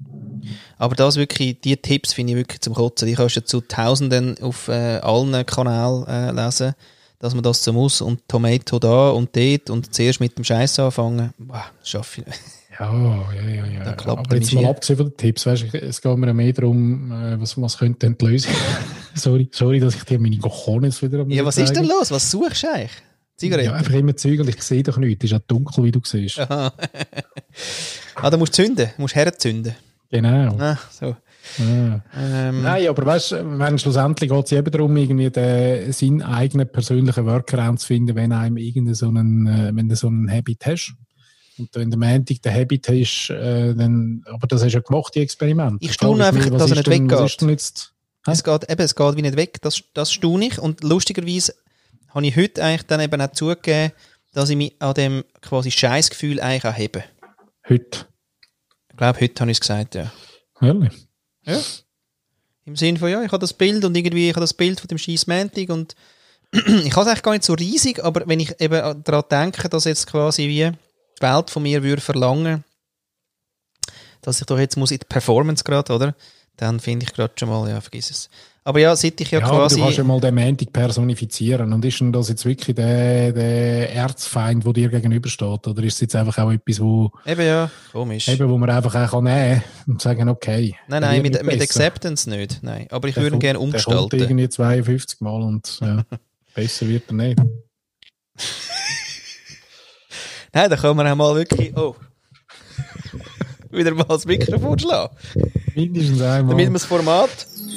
Aber das wirklich, die Tipps finde ich wirklich zum Kotzen. Die kannst du zu Tausenden auf äh, allen Kanälen äh, lesen, dass man das so muss und Tomato da und dort und zuerst mit dem Scheiß anfangen. Boah, das schaffe ich nicht. Ja, ja, ja, ja. Aber jetzt mal abgesehen von den Tipps, weißt, es geht mir mehr darum, was, was könnte denn die Lösung sorry, sorry, dass ich dir meine Cojones wieder am Ja, was zeigen. Ist denn los? Was suchst du eigentlich? Zigaretten? Ja, einfach immer Zeug und ich sehe doch nichts. Es ist ja dunkel, wie du siehst. Aha. Ah, da musst du zünden, du musst herzünden. Genau. Ah, so. Ah. Ähm. Nein, aber weißt du, schlussendlich geht es eben darum, irgendwie den, seinen eigenen persönlichen Workaround zu finden, wenn einem irgendeinen so einen, wenn du so einen Habit hast. Und wenn der Montag der Habit ist, äh, dann, aber das hast du ja gemacht, die Experimente. Ich staune einfach, mir, dass er nicht denn, weggeht. Jetzt, es geht. Eben, es geht wie nicht weg, das, das staune ich. Und lustigerweise habe ich heute eigentlich dann eben auch zugegeben, dass ich mich an dem quasi Scheissgefühl eigentlich auch hebe. Heute? Ich glaube, heute habe ich es gesagt, ja. Ehrlich? Ja. Im Sinne von, ja, ich habe das Bild und irgendwie, ich habe das Bild von dem scheiß Montag und ich habe es eigentlich gar nicht so riesig, aber wenn ich eben daran denke, dass jetzt quasi wie die Welt von mir würde verlangen, dass ich doch jetzt muss in die Performance gerade, oder? Dann finde ich gerade schon mal, ja, vergiss es. Aber ja, seit ich ja, ja quasi... du kannst ja mal den Montag personifizieren. Und ist denn das jetzt wirklich der, der Erzfeind, der dir gegenübersteht? Oder ist es jetzt einfach auch etwas, wo... Eben ja, komisch. Eben, wo man einfach auch nehmen kann und sagen, okay. Nein, nein, mit, mit Acceptance nicht. Nein. Aber ich der würde ihn gerne umgestalten. Der kommt irgendwie zweiundfünfzig Mal und ja, besser wird er nicht. Nein, da kann man auch mal wirklich, oh, wieder mal das Mikrofon schlagen. Mindestens einmal. Damit wir das Format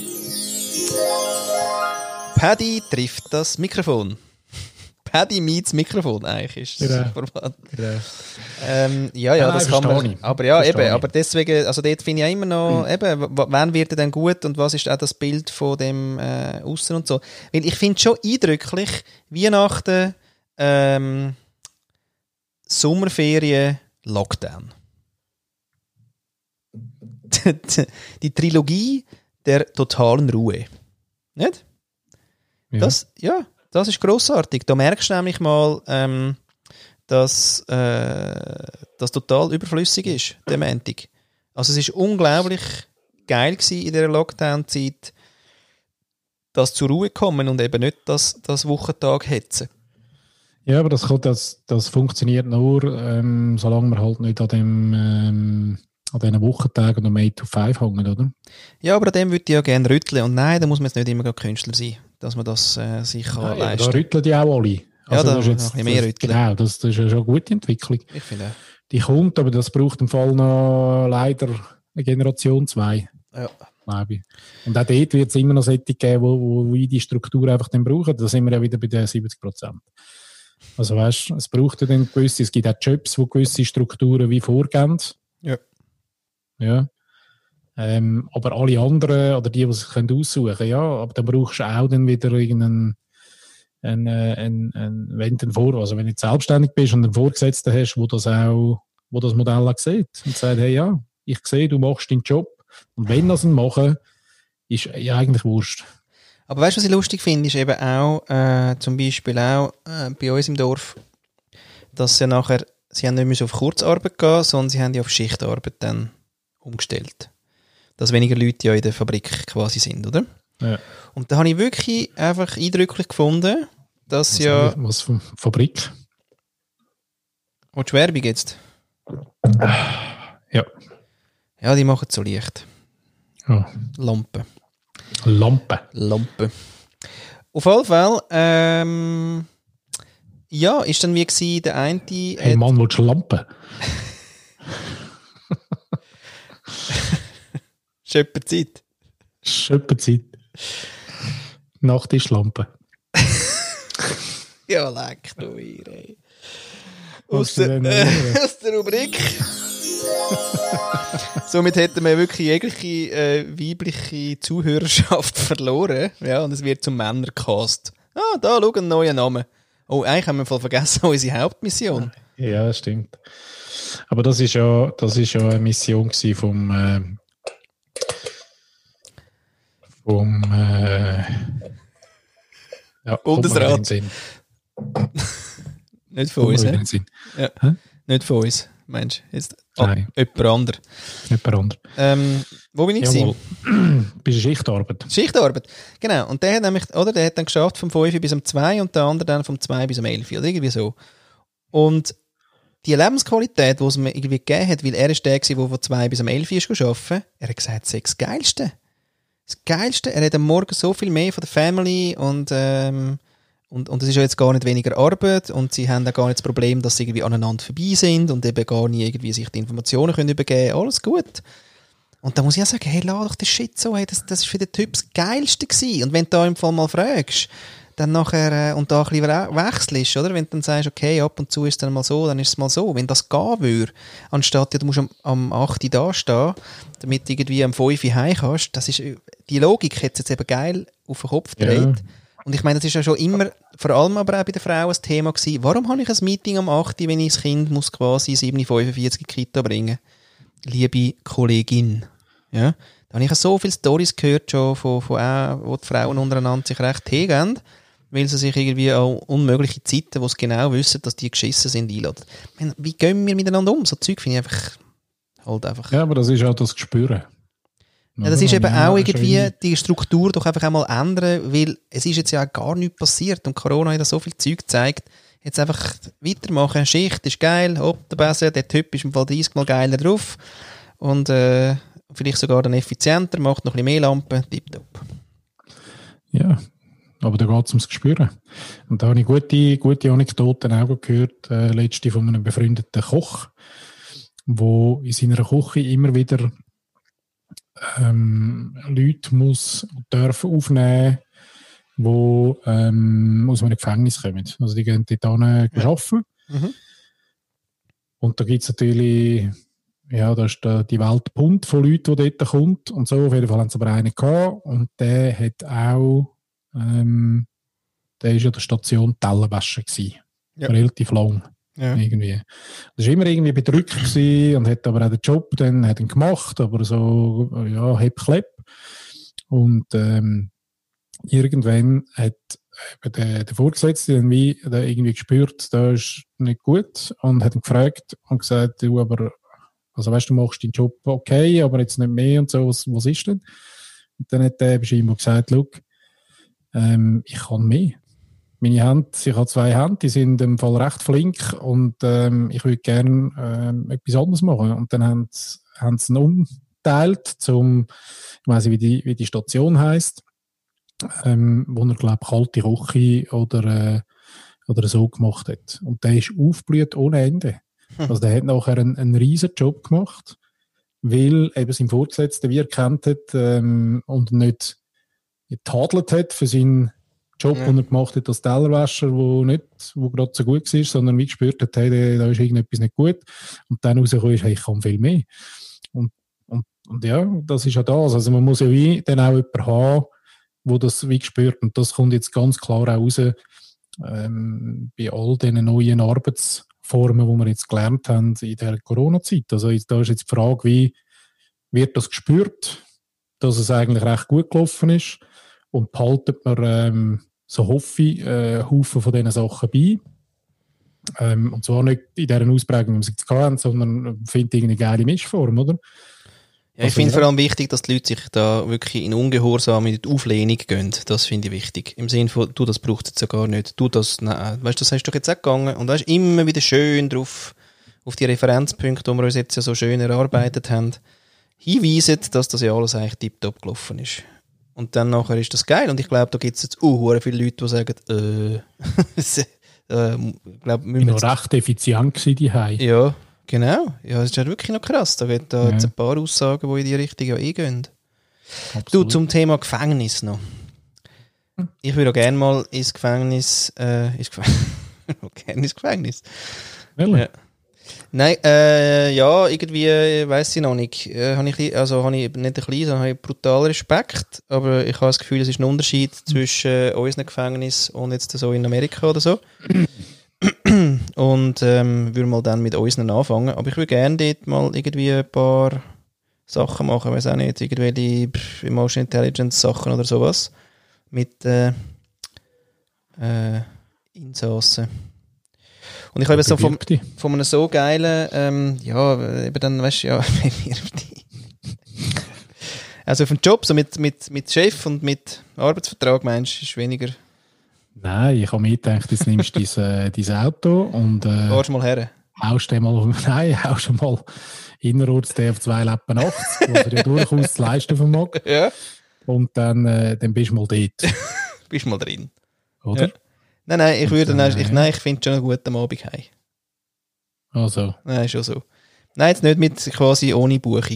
Paddy trifft das Mikrofon. Paddy meets Mikrofon eigentlich ist das ja, Format. Ja, ähm, ja, ja, ja, das nein, kann man. Ich. Aber ja, verstehe eben, aber deswegen, also dort finde ich auch immer noch, mhm. eben, wann wird er denn gut und was ist auch das Bild von dem äh, Aussen und so. Weil ich finde schon eindrücklich, Weihnachten, ähm, Sommerferien, Lockdown. die, die, die Trilogie der totalen Ruhe. Nicht? Ja. Das, ja, das ist grossartig. Da merkst du nämlich mal, ähm, dass äh, das total überflüssig ist, der Montag. Also es war unglaublich geil gewesen in dieser Lockdown-Zeit, das zur Ruhe kommen und eben nicht das, das Wochentag hetzen. Ja, aber das, das, das funktioniert nur, ähm, solange wir halt nicht an dem ähm, an diesen Wochentagen um eight to five hängen, oder? Ja, aber an dem würde ich ja gerne rütteln. Und nein, da muss man jetzt nicht immer gerade Künstler sein, dass man das äh, sich kann Nein, leisten kann. Da rütteln die auch alle. Also ja, da das ist jetzt, noch ein bisschen mehr das, rütteln. Genau, das, das ist ja schon eine gute Entwicklung. Ich finde auch. Die kommt, aber das braucht im Fall noch leider eine Generation zwei. Ja. Glaube ich. Und auch dort wird es immer noch solche geben, wo, wo, wo die Struktur einfach dann brauchen. Da sind wir ja wieder bei den siebzig Prozent. Also weißt du, es braucht ja dann gewisse, es gibt auch Jobs, wo gewisse Strukturen wie vorgehen. Ja. Ja. Ähm, aber alle anderen, oder die, die sich aussuchen können, ja, aber dann brauchst du auch dann wieder irgendeinen, einen, einen, einen, wenn du vor, also wenn du selbstständig bist und einen Vorgesetzten hast, wo das auch, wo das Modell auch sieht und sagt, hey, ja, ich sehe, du machst deinen Job und wenn das ihn machen, ist ja eigentlich wurscht. Aber weißt du, was ich lustig finde, ist eben auch, äh, zum Beispiel auch äh, bei uns im Dorf, dass sie nachher, sie haben nicht mehr so auf Kurzarbeit gehen, sondern sie haben ja auf Schichtarbeit dann umgestellt. Dass weniger Leute ja in der Fabrik quasi sind, oder? Ja. Und da habe ich wirklich einfach eindrücklich gefunden, dass was ja... Was von Fabrik? Und die Werbung jetzt? Ja. Ja, die machen so Licht. Oh. Lampen. Lampe. Lampe. Auf jeden Fall, ähm, ja, ist dann wie gewesen, der eine... Hey Mann, willst du Lampe? Schöpperzeit. Schöpperzeit. Nachttischlampe. Ja, leck du ihr, ey. Aus Aus der, äh, aus der Rubrik. Somit hätten wir wirklich jegliche äh, weibliche Zuhörerschaft verloren. Ja, und es wird zum Männercast. Ah, da, schau, einen neuen Namen. Oh, eigentlich haben wir voll vergessen unsere Hauptmission. Ja, das stimmt. Aber das ist ja, das ist ja eine Mission gewesen vom, äh, vom äh, ja, Bundesrat. Nicht von uns, ne? Ja. Nicht von uns, meinst du? Jetzt oh, jemand anderes. Jemand anderes. Ähm, wo bin ich Jawohl. Gewesen? Bei der Schichtarbeit. Schichtarbeit, genau. Und der hat nämlich, oder, der hat dann geschafft vom fünf bis um zwei und der andere dann vom zwei bis um elf oder irgendwie so. Und die Lebensqualität, die es mir irgendwie gegeben hat, weil er ist der war, der von zwei bis um elf ist arbeiten, er hat gesagt, das ist das Geilste. Das Geilste, er hat am Morgen so viel mehr von der Family und, ähm, und, und es ist ja jetzt gar nicht weniger Arbeit und sie haben auch gar nicht das Problem, dass sie irgendwie aneinander vorbei sind und eben gar nicht irgendwie sich die Informationen können übergeben. Alles gut. Und da muss ich auch sagen, hey, lass doch den Shit so, hey, das, das ist für den Typ das Geilste gewesen. Und wenn du da im Fall mal fragst, dann nachher, äh, und da ein bisschen wechselst, oder? Wenn du dann sagst, okay, ab und zu ist es dann mal so, dann ist es mal so. Wenn das gehen würde, anstatt, ja, du musst am, am acht Uhr da stehen, damit du irgendwie am fünf Uhr heim kannst, das ist, die Logik hat es jetzt eben geil auf den Kopf gedreht. Ja. Und ich meine, das ist ja schon immer, vor allem aber auch bei den Frauen ein Thema gewesen. Warum habe ich ein Meeting am acht Uhr, wenn ich das Kind muss quasi sieben Uhr fünfundvierzig in die Kita bringen? Liebe Kollegin. Ja? Da habe ich so viele Storys gehört schon, von, von auch, wo die Frauen untereinander sich recht hingehen, weil sie sich irgendwie an unmögliche Zeiten, wo sie genau wissen, dass die geschissen sind, einladen. Ich meine, wie gehen wir miteinander um? So Zeug finde ich einfach, halt einfach... Ja, aber das ist auch das Gespüren. Ja, das ist eben auch irgendwie die Struktur doch einfach einmal ändern, weil es ist jetzt ja auch gar nichts passiert und Corona hat ja so viel Zeug gezeigt. Jetzt einfach weitermachen, Schicht ist geil, hopp, der Besser, der Typ ist im Fall dreißig Mal geiler drauf und äh, vielleicht sogar dann effizienter, macht noch ein bisschen mehr Lampen, tipptopp. Ja, aber da geht es ums Gespüren. Und da habe ich gute, gute Anekdoten auch gehört, äh, letzte von einem befreundeten Koch, der in seiner Küche immer wieder ähm, Leute muss, dürfen aufnehmen, die ähm, aus einem Gefängnis kommen. Also die gehen dort hin arbeiten. Mhm. Und da gibt es natürlich, ja, da ist da die Welt bunt von Leuten, die dort kommt und so. Auf jeden Fall haben sie aber einen gehabt und der hat auch, ähm, der war ja der Station Tellenwäsche gewesen. Ja. Relativ lang. Ja. Irgendwie. Das war immer irgendwie bedrückt gewesen und hat aber auch den Job dann hat ihn gemacht, aber so, ja, hep klepp. Und ähm, irgendwann hat der, der Vorgesetzte dann wie, der irgendwie gespürt, das ist nicht gut und hat ihn gefragt und gesagt, du, aber, also weißt du, machst deinen Job okay, aber jetzt nicht mehr und so, was, was ist denn? Und dann hat der scheinbar gesagt, look, ähm, ich kann mehr. Meine Hände, ich habe zwei Hände, die sind im Fall recht flink und ähm, ich würde gerne ähm, etwas anderes machen. Und dann haben sie, haben sie ihn umgeteilt zum, ich weiss nicht, wie die, wie die Station heisst, ähm, wo er, glaube ich, kalte Küche oder, äh, oder so gemacht hat. Und der ist aufgeblüht ohne Ende. Hm. Also der hat nachher einen, einen riesen Job gemacht, weil eben sein Vorgesetzter wie erkannt hat ähm, und nicht getadelt hat für seinen Job, ja. den er gemacht hat als Tellerwäscher, wo nicht, wo gerade so gut war, sondern wie gespürt hat, hey, da ist irgendetwas nicht gut. Und dann rausgekommen ist, hey, ich kann viel mehr. Und, und, und ja, das ist ja das. Also man muss ja wie dann auch jemanden haben, wo das wie gespürt. Und das kommt jetzt ganz klar auch raus ähm, bei all diesen neuen Arbeitsformen, die wir jetzt gelernt haben in der Corona-Zeit. Also da ist jetzt die Frage, wie wird das gespürt, dass es eigentlich recht gut gelaufen ist und behaltet man ähm, so hoffe ich, äh, Haufen von diesen Sachen bei. Ähm, und zwar nicht in dieser Ausprägung, wie wir es jetzt hatten, sondern findet irgendeine geile Mischform, oder? Ja, ich also, finde ja. vor allem wichtig, dass die Leute sich da wirklich in Ungehorsam in die Auflehnung gehen. Das finde ich wichtig. Im Sinne von, du, das braucht jetzt ja gar nicht. Du, das, nein. Weißt du, das hast du doch jetzt auch gegangen. Und weißt immer wieder schön drauf, auf die Referenzpunkte, die wir uns jetzt ja so schön erarbeitet haben, hinweisen, dass das ja alles eigentlich tiptop gelaufen ist. Und dann nachher ist das geil. Und ich glaube, da gibt es jetzt uh, viele Leute, die sagen, äh, äh ich glaube, wir sind noch recht effizient gewesen, die Hause. Ja, genau. Ja, das ist ja wirklich noch krass. Da gibt da ja. jetzt ein paar Aussagen, die in die Richtung ja eingehen. Absolut. Du, zum Thema Gefängnis noch. Ich würde auch gerne mal ins Gefängnis, äh, ins Gefängnis, gerne ins Gefängnis. Ja. Nein, äh, ja, irgendwie, weiss ich noch nicht. Äh, habe ich, also habe ich nicht ein bisschen, sondern habe ich brutal Respekt. Aber ich habe das Gefühl, es ist ein Unterschied zwischen äh, unseren Gefängnissen und jetzt so in Amerika oder so. Und ähm, würde mal dann mit unseren anfangen. Aber ich würde gerne dort mal irgendwie ein paar Sachen machen. Ich weiß auch nicht, irgendwelche Emotional Intelligence Sachen oder sowas. Mit äh, äh, Insassen. Und ich habe eben so von, von einem so geilen, ähm, ja, eben dann, weißt du, ja, also auf dem Job, so mit, mit, mit Chef und mit Arbeitsvertrag, meinst du, ist weniger? Nein, ich habe mir gedacht, jetzt nimmst du dein, äh, dein Auto und äh, fahrst mal her. Haust du mal, nein, haust du mal innerorts den auf zwei Lappen achtzig, wo du ja durchaus leisten vermag. Ja. Und dann, äh, dann bist du mal dort. Bist mal drin. Oder? Ja. Nein, nein, ich würde, nein, ich, nein, ich finde schon einen guten Abend heim. Also. Nein, schon so. Nein, jetzt nicht mit quasi ohne Buchung.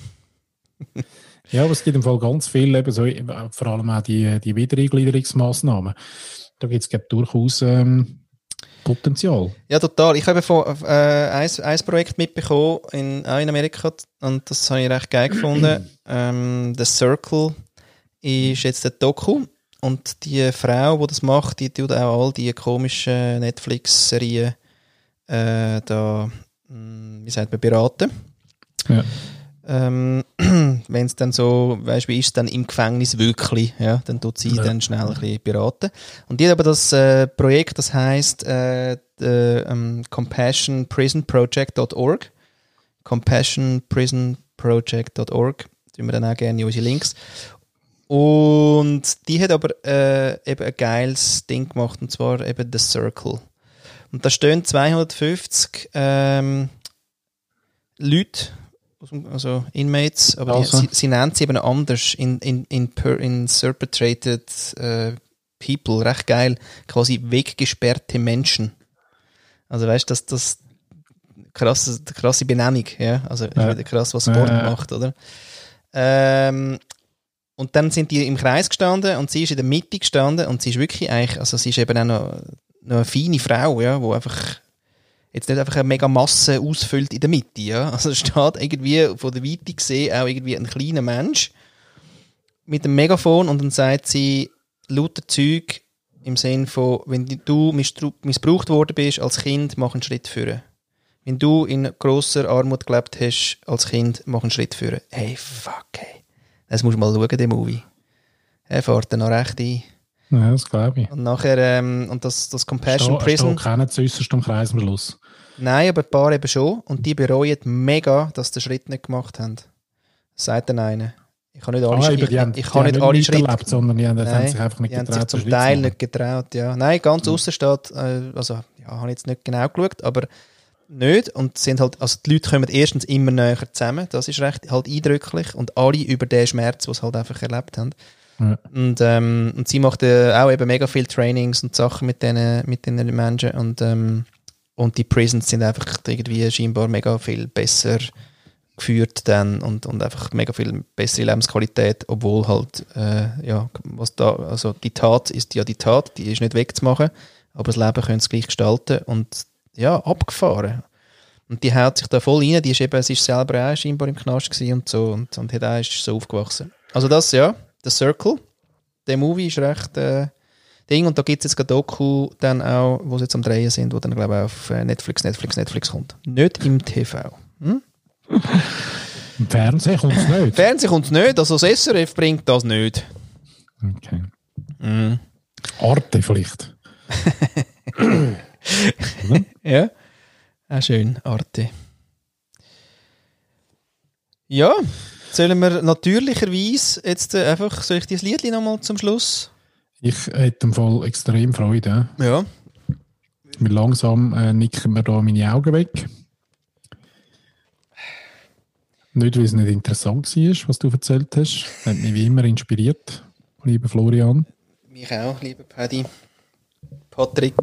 Ja, aber es gibt im Fall ganz viel, eben so, vor allem auch die, die Wiedereingliederungsmaßnahmen. Da gibt es durchaus ähm, Potenzial. Ja, total. Ich habe von äh, ein, ein Projekt mitbekommen, in, auch in Amerika, und das habe ich recht geil gefunden. ähm, The Circle ist jetzt der Doku. Und die Frau, die das macht, die tut auch all die komischen Netflix-Serien äh, da, wie sagt man, beraten. Ja. Ähm, wenn es dann so, weißt du, wie ist es dann im Gefängnis wirklich, ja, dann tut sie ja. dann schnell ein bisschen beraten. Und die hat aber das äh, Projekt, das heisst äh, um, compassion prison project dot org. compassion prison project dot org. Da tun wir dann auch gerne in unsere Links. Und die hat aber äh, eben ein geiles Ding gemacht, und zwar eben The Circle. Und da stehen zweihundertfünfzig ähm, Leute, also Inmates, aber also. die, sie, sie nennen sie eben anders, in, in, in, per, in Interpreted äh, People, recht geil, quasi weggesperrte Menschen. Also weißt du, das, das krasse, krasse Benennung, ja, also ja. Ist wieder krass, was Sport ja. macht, oder? Ähm, Und dann sind die im Kreis gestanden und sie ist in der Mitte gestanden und sie ist wirklich eigentlich, also sie ist eben auch noch, noch eine feine Frau, ja, wo einfach jetzt nicht einfach eine mega Masse ausfüllt in der Mitte, ja. Also es steht irgendwie von der Weite gesehen auch irgendwie ein kleiner Mensch mit einem Megafon und dann sagt sie lauter Zeug, Im Sinne von, wenn du missbraucht worden bist als Kind, mach einen Schritt führen. Wenn du in grosser Armut gelebt hast als Kind, mach einen Schritt führen. Hey, fuck, hey. Das musst du mal schauen, den Movie. Er fährt dann noch recht ein. Ja, das glaube ich. Und nachher, ähm, und das, das Compassion Sta- Prison... Steht keiner zuerst am Kreis am Schluss. Nein, aber ein paar eben schon. Und die bereuen mega, dass sie den Schritt nicht gemacht haben. Sagt dann einer. Ich habe nicht alle, Ah, Schritte, aber die ich, haben, ich die kann nicht haben alle nichts Schritte... erlebt, sondern die haben, Nein, haben sich einfach nicht die haben getraut. sich zum den Schritt Teil zu machen. nicht getraut, ja. Nein, ganz Mhm. aussen steht, äh, also, ja, habe ich jetzt nicht genau geschaut, aber nicht. Und sind halt, also die Leute kommen erstens immer näher zusammen, das ist recht halt eindrücklich, und alle über den Schmerz, was sie halt einfach erlebt haben. Ja. Und, ähm, und sie macht äh, auch eben mega viel Trainings und Sachen mit diesen mit den Menschen, und, ähm, und die Prisons sind einfach irgendwie scheinbar mega viel besser geführt dann, und, und einfach mega viel bessere Lebensqualität, obwohl halt, äh, ja, was da, also die Tat ist ja die Tat, die ist nicht wegzumachen, aber das Leben können sie gleich gestalten, und ja, abgefahren. Und die haut sich da voll rein, die ist eben, sie ist selber auch scheinbar im Knast gewesen und so, und, und hat auch, ist so aufgewachsen. Also das, ja, The Circle, der Movie ist recht äh, Ding, und da gibt es jetzt ein Doku dann auch, wo sie jetzt am Drehen sind, wo dann, glaube ich, auf Netflix, Netflix, Netflix kommt. Nicht im T V. Hm? Im Fernsehen kommt es nicht. Fernsehen kommt es nicht, also das S R F bringt das nicht. Okay. Mm. Arte vielleicht. Ja, auch schön, Arte. Ja, sollen wir natürlicherweise jetzt äh, einfach, soll ich dieses Liedli nochmal zum Schluss? Ich hätte im Fall extrem Freude. Ja. Weil langsam äh, nicken mir da meine Augen weg. Nicht, weil es nicht interessant war, was du erzählt hast. Hat mich wie immer inspiriert, lieber Florian. Mich auch, lieber Paddy. Patrick.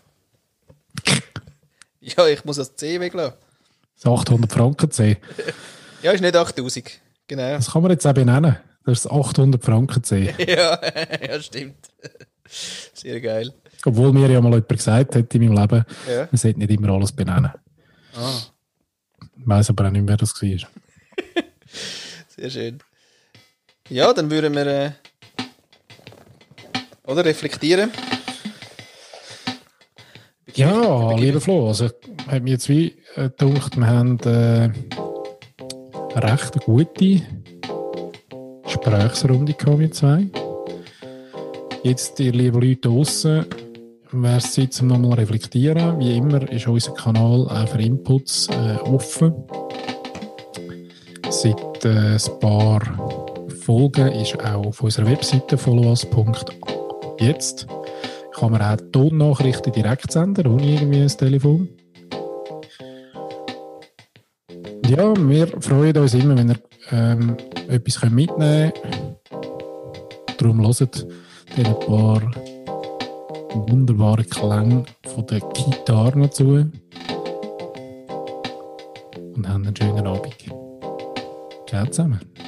Ja, ich muss das C weglassen. Das achthundert Franken C. Ja, ist nicht achttausend. Genau. Das kann man jetzt auch benennen. Das ist das achthundert Franken C. Ja, ja, stimmt. Sehr geil. Obwohl mir ja mal jemand gesagt hat in meinem Leben, Ja. man sollte nicht immer alles benennen. Ah. Ich weiss aber auch nicht, wer das war. Sehr schön. Ja, dann würden wir äh, oder reflektieren. Ja, lieber Flo, also hat mir jetzt wie äh, gedacht, wir haben äh, eine recht gute Gesprächsrunde gehabt, wir zwei. Jetzt, ihr lieben Leute draussen, wäre es Zeit, um nochmal reflektieren. Wie immer ist unser Kanal auch für Inputs äh, offen. Seit äh, ein paar Folgen ist auch auf unserer Webseite followers punkt jetzt. Kann man auch Tonnachrichten direkt senden, ohne irgendwie ein Telefon. Ja, wir freuen uns immer, wenn ihr ähm, etwas mitnehmen könnt. Darum hört den ein paar wunderbare Klänge von der Gitarre noch zu. Und habt einen schönen Abend. Ciao zusammen.